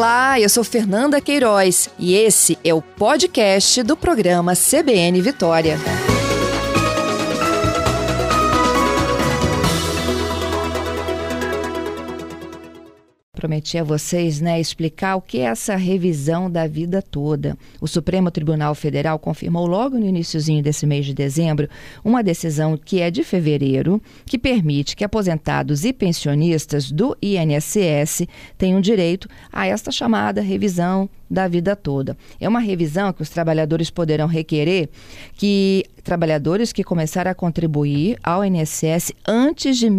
Olá, eu sou Fernanda Queiroz e esse é o podcast do programa CBN Vitória. Prometi a vocês, explicar o que é essa revisão da vida toda. O Supremo Tribunal Federal confirmou logo no iniciozinho desse mês de dezembro uma decisão que é de fevereiro, que permite que aposentados e pensionistas do INSS tenham direito a esta chamada revisão da vida toda. É uma revisão que os trabalhadores poderão requerer que trabalhadores que começaram a contribuir ao INSS antes de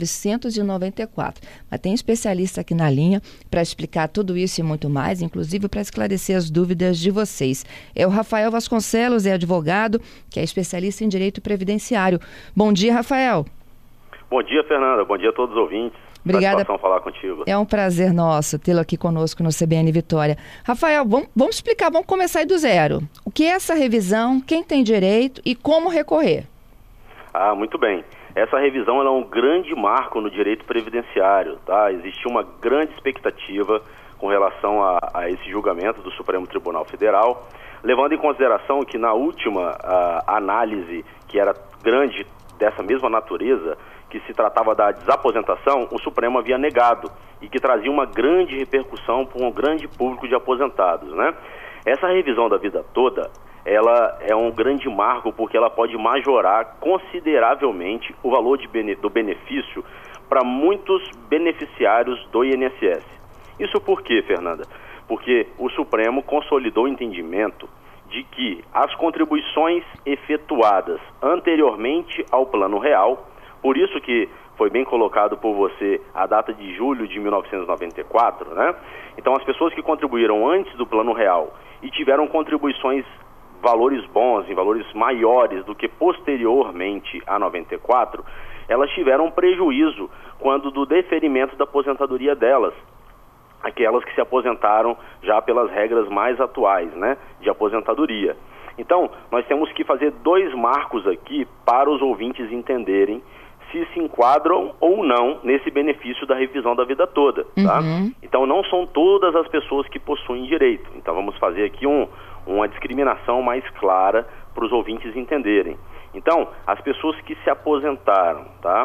1994. Mas tem especialista aqui na linha para explicar tudo isso e muito mais, inclusive para esclarecer as dúvidas de vocês. É o Rafael Vasconcelos, é advogado, que é especialista em direito previdenciário. Bom dia, Rafael. Bom dia, Fernanda. Bom dia a todos os ouvintes. Obrigada. Satisfação falar contigo. É um prazer nosso tê-lo aqui conosco no CBN Vitória. Rafael, vamos explicar, vamos começar aí do zero. O que é essa revisão, quem tem direito e como recorrer? Muito bem. Essa revisão ela é um grande marco no direito previdenciário, tá? Existe uma grande expectativa com relação a esse julgamento do Supremo Tribunal Federal, levando em consideração que na última análise, que era grande dessa mesma natureza, que se tratava da desaposentação, o Supremo havia negado e que trazia uma grande repercussão para um grande público de aposentados, né? Essa revisão da vida toda, ela é um grande marco porque ela pode majorar consideravelmente o valor do benefício para muitos beneficiários do INSS. Isso por quê, Fernanda? Porque o Supremo consolidou o entendimento de que as contribuições efetuadas anteriormente ao Plano Real, por isso que foi bem colocado por você a data de julho de 1994, né? Então, as pessoas que contribuíram antes do Plano Real e tiveram contribuições, valores bons, em valores maiores do que posteriormente a 94, elas tiveram um prejuízo quando do deferimento da aposentadoria delas. Aquelas que se aposentaram já pelas regras mais atuais, né, de aposentadoria. Então, nós temos que fazer dois marcos aqui para os ouvintes entenderem se enquadram ou não nesse benefício da revisão da vida toda, tá? Então, não são todas as pessoas que possuem direito. Então, vamos fazer aqui uma discriminação mais clara para os ouvintes entenderem. Então, as pessoas que se aposentaram, tá?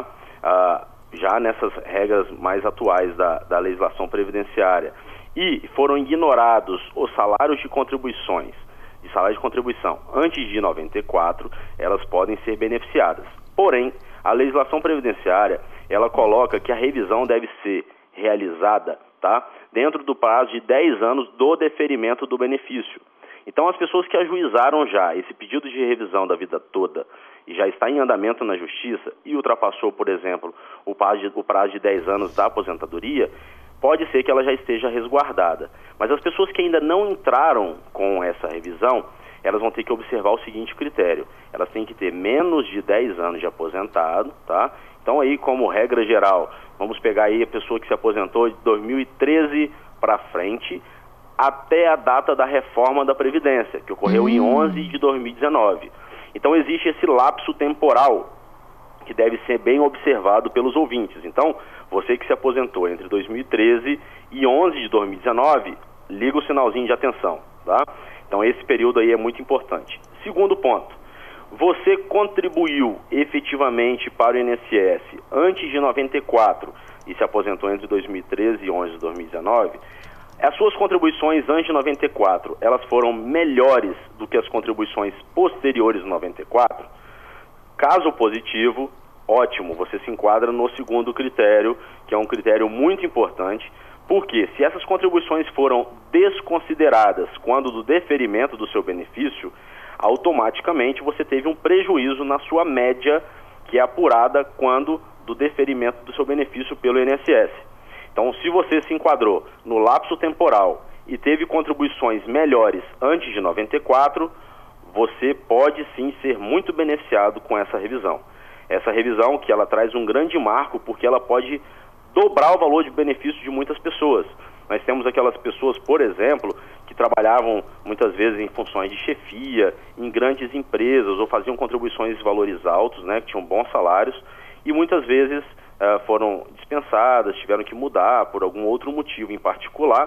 Já nessas regras mais atuais da legislação previdenciária, e foram ignorados os salários de contribuição antes de 94, elas podem ser beneficiadas. Porém, a legislação previdenciária, ela coloca que a revisão deve ser realizada, tá, dentro do prazo de 10 anos do deferimento do benefício. Então, as pessoas que ajuizaram já esse pedido de revisão da vida toda e já está em andamento na Justiça e ultrapassou, por exemplo, o prazo de 10 anos da aposentadoria, pode ser que ela já esteja resguardada. Mas as pessoas que ainda não entraram com essa revisão, elas vão ter que observar o seguinte critério: elas têm que ter menos de 10 anos de aposentado, tá? Então, aí, como regra geral, vamos pegar aí a pessoa que se aposentou de 2013 para frente, até a data da reforma da Previdência, que ocorreu em 11 de 2019. Então, existe esse lapso temporal que deve ser bem observado pelos ouvintes. Então, você que se aposentou entre 2013 e 11 de 2019, liga o sinalzinho de atenção, tá? Então, esse período aí é muito importante. Segundo ponto, você contribuiu efetivamente para o INSS antes de 94 e se aposentou entre 2013 e 11 de 2019, as suas contribuições antes de 94, elas foram melhores do que as contribuições posteriores de 94? Caso positivo, ótimo, você se enquadra no segundo critério, que é um critério muito importante, porque se essas contribuições foram desconsideradas quando do deferimento do seu benefício, automaticamente você teve um prejuízo na sua média, que é apurada quando do deferimento do seu benefício pelo INSS. Então, se você se enquadrou no lapso temporal e teve contribuições melhores antes de 94, você pode sim ser muito beneficiado com essa revisão. Essa revisão que ela traz um grande marco, porque ela pode dobrar o valor de benefício de muitas pessoas. Nós temos aquelas pessoas, por exemplo, que trabalhavam muitas vezes em funções de chefia, em grandes empresas, ou faziam contribuições de valores altos, né, que tinham bons salários, e muitas vezes foram dispensadas, tiveram que mudar por algum outro motivo em particular,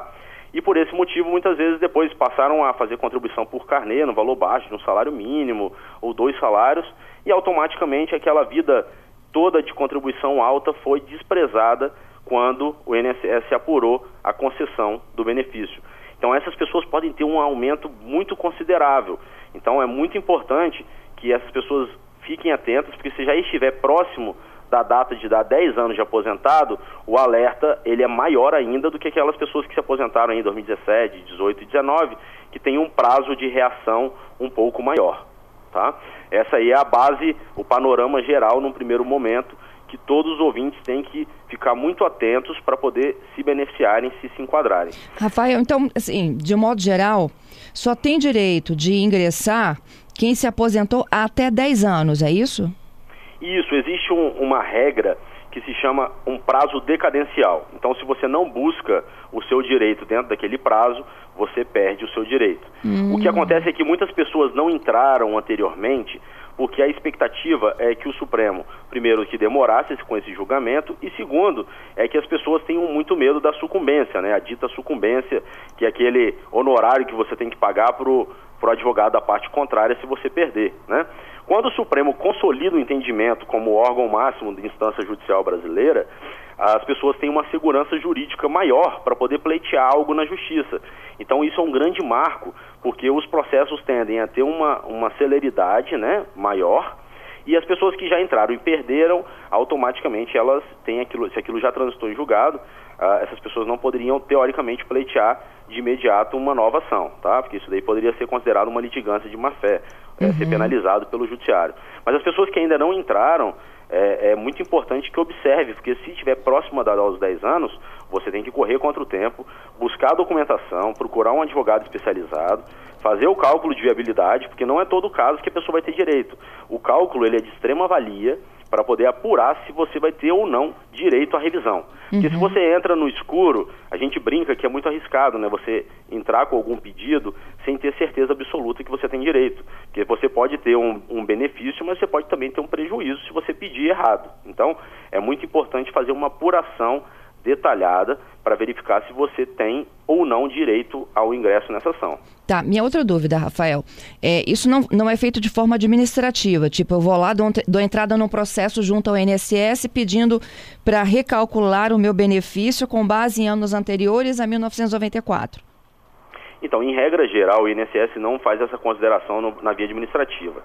e por esse motivo muitas vezes depois passaram a fazer contribuição por carnê no valor baixo de um salário mínimo ou 2 salários, e automaticamente aquela vida toda de contribuição alta foi desprezada quando o INSS apurou a concessão do benefício. Então essas pessoas podem ter um aumento muito considerável. Então é muito importante que essas pessoas fiquem atentas, porque se já estiver próximo da data de dar 10 anos de aposentado, o alerta ele é maior ainda do que aquelas pessoas que se aposentaram em 2017, 18 e 19, que tem um prazo de reação um pouco maior. Tá? Essa aí é a base, o panorama geral num primeiro momento, que todos os ouvintes têm que ficar muito atentos para poder se beneficiarem, se enquadrarem. Rafael, então, assim, de modo geral, só tem direito de ingressar quem se aposentou há até 10 anos, é isso? Isso, existe uma regra que se chama um prazo decadencial. Então, se você não busca o seu direito dentro daquele prazo, você perde o seu direito. O que acontece é que muitas pessoas não entraram anteriormente porque a expectativa é que o Supremo, primeiro, que demorasse com esse julgamento, e segundo, é que as pessoas tenham muito medo da sucumbência, né? A dita sucumbência, que é aquele honorário que você tem que pagar para o advogado da parte contrária se você perder, né? Quando o Supremo consolida o entendimento como órgão máximo de instância judicial brasileira, as pessoas têm uma segurança jurídica maior para poder pleitear algo na justiça. Então isso é um grande marco, porque os processos tendem a ter uma celeridade, né, maior, e as pessoas que já entraram e perderam, automaticamente elas têm aquilo, se aquilo já transitou em julgado, essas pessoas não poderiam, teoricamente, pleitear de imediato uma nova ação, tá? Porque isso daí poderia ser considerado uma litigância de má-fé, ser penalizado pelo judiciário. Mas as pessoas que ainda não entraram, é muito importante que observe, porque se estiver próximo aos 10 anos, você tem que correr contra o tempo, buscar a documentação, procurar um advogado especializado, fazer o cálculo de viabilidade, porque não é todo caso que a pessoa vai ter direito. O cálculo ele é de extrema valia para poder apurar se você vai ter ou não direito à revisão. Porque se você entra no escuro, a gente brinca que é muito arriscado, né? Você entrar com algum pedido sem ter certeza absoluta que você tem direito. Porque você pode ter um benefício, mas você pode também ter um prejuízo se você pedir errado. Então, é muito importante fazer uma apuração detalhada para verificar se você tem ou não direito ao ingresso nessa ação. Tá, minha outra dúvida, Rafael, isso não é feito de forma administrativa, tipo, eu vou lá, dou entrada num processo junto ao INSS pedindo para recalcular o meu benefício com base em anos anteriores a 1994. Então, em regra geral, o INSS não faz essa consideração na via administrativa.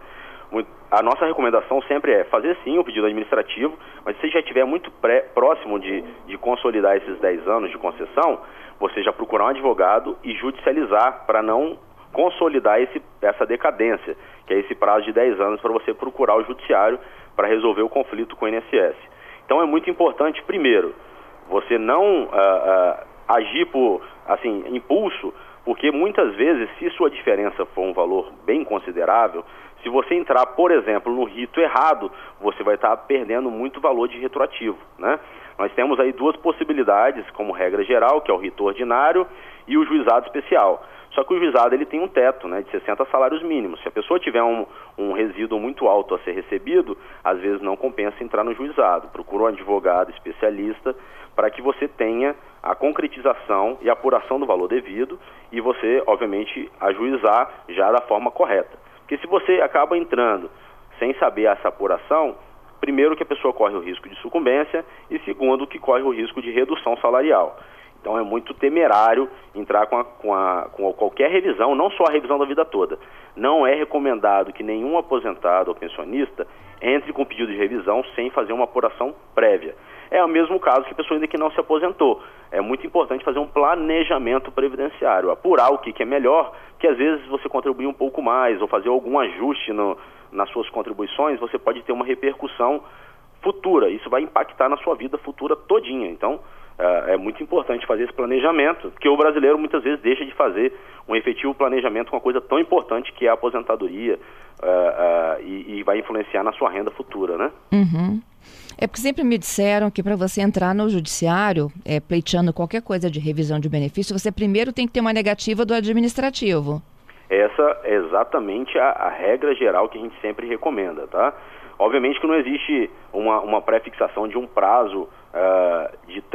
A nossa recomendação sempre é fazer sim o pedido administrativo, mas se já estiver muito próximo de consolidar esses 10 anos de concessão, você já procurar um advogado e judicializar para não consolidar essa decadência, que é esse prazo de 10 anos para você procurar o judiciário para resolver o conflito com o INSS. Então é muito importante, primeiro, você não agir por impulso, porque muitas vezes, se sua diferença for um valor bem considerável, se você entrar, por exemplo, no rito errado, você vai estar perdendo muito valor de retroativo, né? Nós temos aí duas possibilidades, como regra geral, que é o rito ordinário e o juizado especial. Só que o juizado ele tem um teto, né, de 60 salários mínimos. Se a pessoa tiver um resíduo muito alto a ser recebido, às vezes não compensa entrar no juizado. Procura um advogado especialista para que você tenha a concretização e apuração do valor devido e você, obviamente, ajuizar já da forma correta. Porque se você acaba entrando sem saber essa apuração, primeiro que a pessoa corre o risco de sucumbência e segundo que corre o risco de redução salarial. Então é muito temerário entrar com qualquer revisão, não só a revisão da vida toda. Não é recomendado que nenhum aposentado ou pensionista entre com pedido de revisão sem fazer uma apuração prévia. É o mesmo caso que a pessoa ainda que não se aposentou. É muito importante fazer um planejamento previdenciário, apurar o que é melhor, que às vezes você contribuir um pouco mais ou fazer algum ajuste nas suas contribuições, você pode ter uma repercussão futura. Isso vai impactar na sua vida futura todinha. Então, é muito importante fazer esse planejamento, porque o brasileiro muitas vezes deixa de fazer um efetivo planejamento com uma coisa tão importante que é a aposentadoria e vai influenciar na sua renda futura, né? É porque sempre me disseram que para você entrar no judiciário, pleiteando qualquer coisa de revisão de benefício, você primeiro tem que ter uma negativa do administrativo. Essa é exatamente a regra geral que a gente sempre recomenda, tá? Obviamente que não existe uma pré-fixação de um prazo de trânsito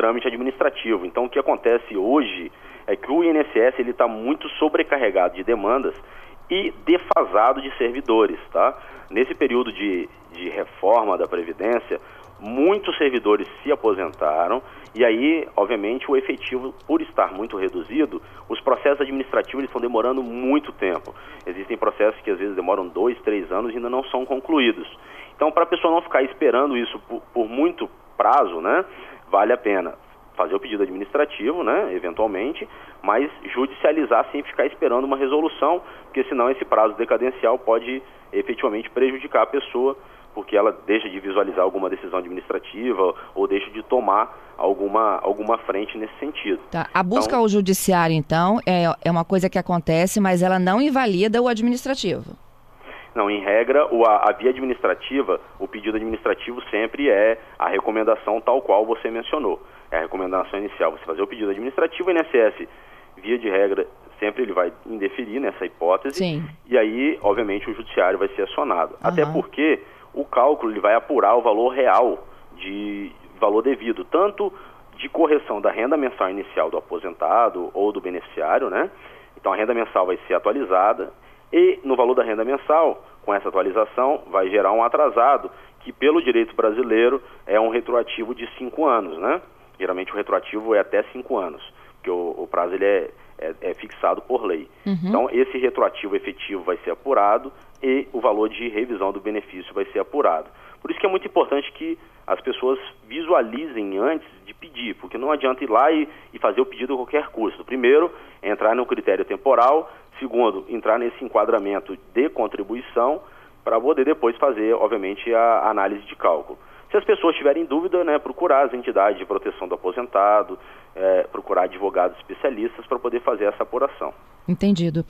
trâmite administrativo. Então, o que acontece hoje é que o INSS está muito sobrecarregado de demandas e defasado de servidores, tá? Nesse período de reforma da Previdência, muitos servidores se aposentaram e aí, obviamente, o efetivo, por estar muito reduzido, os processos administrativos estão demorando muito tempo. Existem processos que às vezes demoram 2, 3 anos e ainda não são concluídos. Então, para a pessoa não ficar esperando isso por muito prazo, né, vale a pena fazer o pedido administrativo, né, eventualmente, mas judicializar sem ficar esperando uma resolução, porque senão esse prazo decadencial pode efetivamente prejudicar a pessoa, porque ela deixa de visualizar alguma decisão administrativa ou deixa de tomar alguma frente nesse sentido. Tá. A busca ao judiciário, então, é uma coisa que acontece, mas ela não invalida o administrativo. Não, em regra, a via administrativa, o pedido administrativo sempre é a recomendação tal qual você mencionou. É a recomendação inicial, você fazer o pedido administrativo, o INSS, via de regra, sempre ele vai indeferir nessa hipótese. Sim. E aí, obviamente, o judiciário vai ser acionado. Até porque o cálculo ele vai apurar o valor real de valor devido, tanto de correção da renda mensal inicial do aposentado ou do beneficiário, né? Então a renda mensal vai ser atualizada e no valor da renda mensal, com essa atualização, vai gerar um atrasado que pelo direito brasileiro é um retroativo de 5 anos, né? Geralmente o retroativo é até 5 anos, porque o prazo ele é fixado por lei. Então esse retroativo efetivo vai ser apurado e o valor de revisão do benefício vai ser apurado. Por isso que é muito importante que as pessoas visualizem antes de pedir, porque não adianta ir lá e fazer o pedido a qualquer custo. Primeiro, entrar no critério temporal. Segundo, entrar nesse enquadramento de contribuição para poder depois fazer, obviamente, a análise de cálculo. Se as pessoas tiverem dúvida, né, procurar as entidades de proteção do aposentado, procurar advogados especialistas para poder fazer essa apuração. Entendido.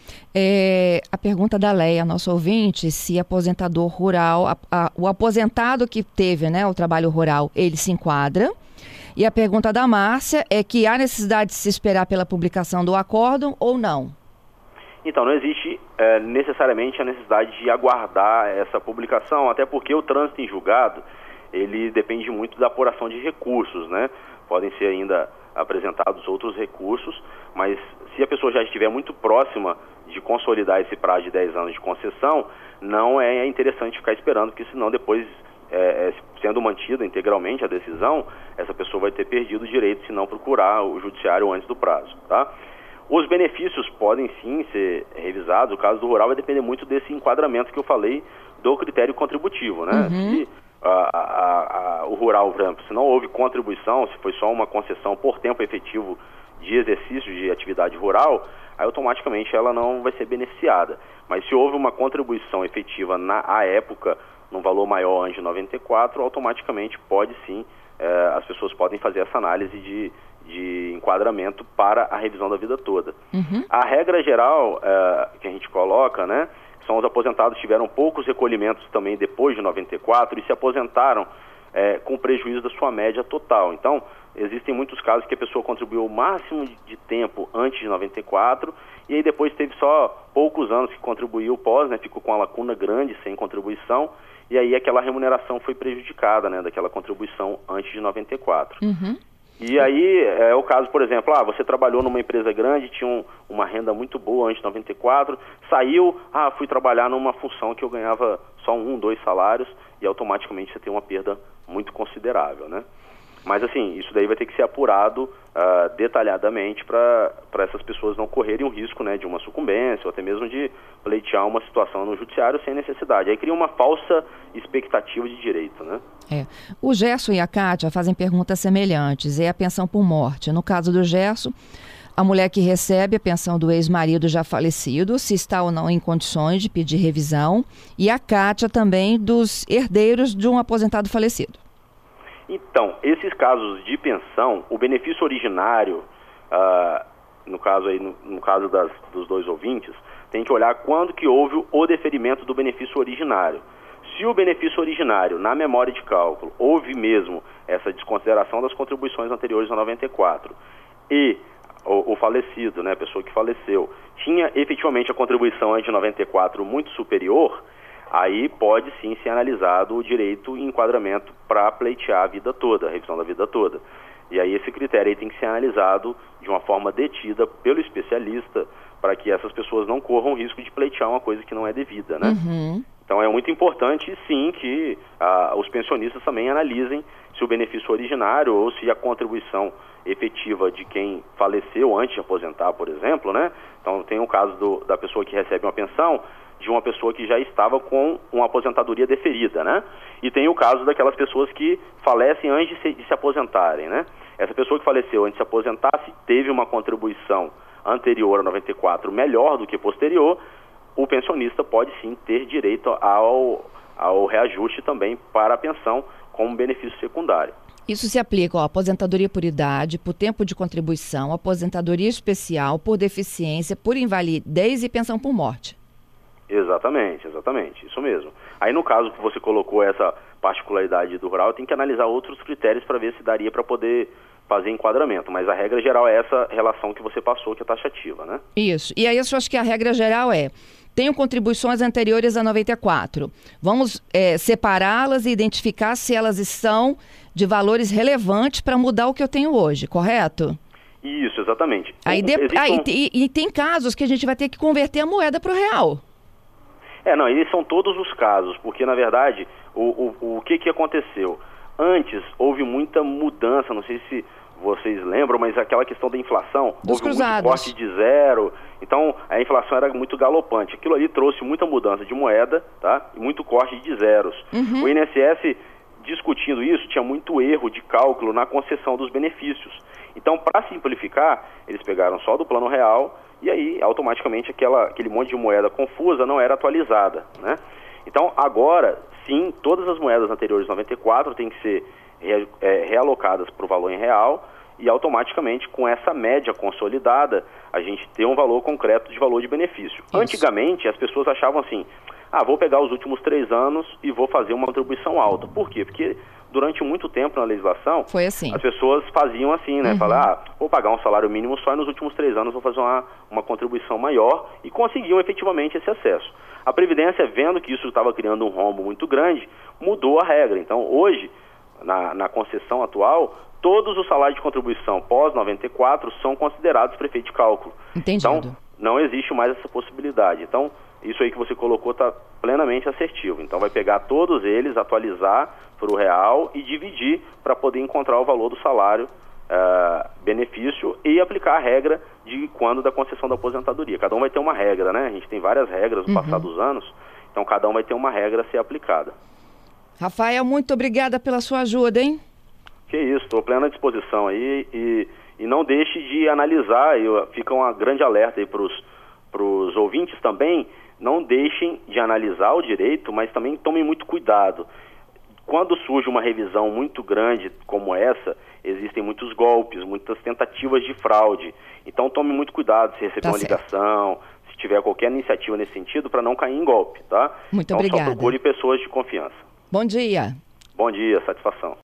A pergunta da Leia, nosso ouvinte, se aposentador rural, o aposentado que teve, né, o trabalho rural, ele se enquadra. E a pergunta da Márcia é que há necessidade de se esperar pela publicação do acórdão ou não? Então, não existe necessariamente a necessidade de aguardar essa publicação, até porque o trânsito em julgado, ele depende muito da apuração de recursos, né? Podem ser ainda apresentados outros recursos, mas se a pessoa já estiver muito próxima de consolidar esse prazo de 10 anos de concessão, não é interessante ficar esperando, porque senão depois, sendo mantida integralmente a decisão, essa pessoa vai ter perdido o direito se não procurar o judiciário antes do prazo, tá? Os benefícios podem sim ser revisados. O caso do rural vai depender muito desse enquadramento que eu falei do critério contributivo, né? Se o rural, por exemplo, se não houve contribuição, se foi só uma concessão por tempo efetivo de exercício de atividade rural, aí automaticamente ela não vai ser beneficiada. Mas se houve uma contribuição efetiva à época, num valor maior antes de 94, automaticamente pode sim, as pessoas podem fazer essa análise de enquadramento para a revisão da vida toda. A regra geral que a gente coloca, né, são os aposentados que tiveram poucos recolhimentos também depois de 94 e se aposentaram com prejuízo da sua média total. Então, existem muitos casos que a pessoa contribuiu o máximo de tempo antes de 94 e aí depois teve só poucos anos que contribuiu pós, né, ficou com uma lacuna grande sem contribuição e aí aquela remuneração foi prejudicada, né, daquela contribuição antes de 94. E aí é o caso, por exemplo, você trabalhou numa empresa grande, tinha uma renda muito boa antes de 94, saiu, fui trabalhar numa função que eu ganhava só 1, 2 salários e automaticamente você tem uma perda muito considerável, né? Mas assim, isso daí vai ter que ser apurado detalhadamente para essas pessoas não correrem o risco, né, de uma sucumbência ou até mesmo de pleitear uma situação no judiciário sem necessidade. Aí cria uma falsa expectativa de direito, né? O Gerson e a Kátia fazem perguntas semelhantes. É a pensão por morte. No caso do Gerson, a mulher que recebe a pensão do ex-marido já falecido, se está ou não em condições de pedir revisão. E a Kátia também dos herdeiros de um aposentado falecido. Então, esses casos de pensão, o benefício originário, no caso dos dois ouvintes, tem que olhar quando que houve o deferimento do benefício originário. Se o benefício originário, na memória de cálculo, houve mesmo essa desconsideração das contribuições anteriores a 94 e o falecido, né, a pessoa que faleceu, tinha efetivamente a contribuição antes de 94 muito superior, aí pode sim ser analisado o direito e enquadramento para pleitear a vida toda, a revisão da vida toda. E aí esse critério aí tem que ser analisado de uma forma detida pelo especialista para que essas pessoas não corram o risco de pleitear uma coisa que não é devida, né? Então é muito importante, sim, que os pensionistas também analisem se o benefício originário ou se a contribuição efetiva de quem faleceu antes de aposentar, por exemplo, né? Então tem o caso da pessoa que recebe uma pensão de uma pessoa que já estava com uma aposentadoria deferida, né? E tem o caso daquelas pessoas que falecem antes de se aposentarem, né? Essa pessoa que faleceu antes de se aposentar, se teve uma contribuição anterior a 94 melhor do que posterior, o pensionista pode sim ter direito ao reajuste também para a pensão como benefício secundário. Isso se aplica à aposentadoria por idade, por tempo de contribuição, aposentadoria especial, por deficiência, por invalidez e pensão por morte. Exatamente, isso mesmo. Aí no caso que você colocou essa particularidade do rural, tem que analisar outros critérios para ver se daria para poder fazer enquadramento, mas a regra geral é essa relação que você passou, que é taxativa, né? Isso, e aí eu acho que a regra geral tenho contribuições anteriores a 94. Vamos separá-las e identificar se elas são de valores relevantes para mudar o que eu tenho hoje, correto? Isso, exatamente. E tem casos que a gente vai ter que converter a moeda para o real. Não, eles são todos os casos, porque na verdade, o que aconteceu? Antes houve muita mudança, não sei se vocês lembram, mas aquela questão da inflação, houve muito corte de zero, então a inflação era muito galopante. Aquilo ali trouxe muita mudança de moeda, tá? E muito corte de zeros. O INSS, discutindo isso, tinha muito erro de cálculo na concessão dos benefícios. Então, para simplificar, eles pegaram só do plano real e aí, automaticamente, aquele monte de moeda confusa não era atualizada, né? Então, agora, sim, todas as moedas anteriores a 94 têm que ser realocadas para o valor em real e, automaticamente, com essa média consolidada, a gente tem um valor concreto de valor de benefício. Isso. Antigamente, as pessoas achavam assim, vou pegar os últimos 3 anos e vou fazer uma contribuição alta. Por quê? Porque durante muito tempo na legislação, foi assim. As pessoas faziam assim, né? Falar, vou pagar um salário mínimo só e nos últimos 3 anos vou fazer uma contribuição maior e conseguiam efetivamente esse acesso. A Previdência, vendo que isso estava criando um rombo muito grande, mudou a regra. Então, hoje, na concessão atual, todos os salários de contribuição pós-94 são considerados para efeito de cálculo. Entendido. Então, não existe mais essa possibilidade. Então, isso aí que você colocou está plenamente assertivo. Então, vai pegar todos eles, atualizar para o real e dividir para poder encontrar o valor do salário, benefício e aplicar a regra de quando da concessão da aposentadoria. Cada um vai ter uma regra, né? A gente tem várias regras no passar dos anos, então cada um vai ter uma regra a ser aplicada. Rafael, muito obrigada pela sua ajuda, hein? Que isso, estou plena disposição aí e não deixe de analisar, fica uma grande alerta aí para os ouvintes também, não deixem de analisar o direito, mas também tomem muito cuidado. Quando surge uma revisão muito grande como essa, existem muitos golpes, muitas tentativas de fraude. Então tome muito cuidado se receber uma ligação, se tiver qualquer iniciativa nesse sentido, para não cair em golpe, tá? Muito obrigada. Só procure pessoas de confiança. Bom dia. Bom dia, satisfação.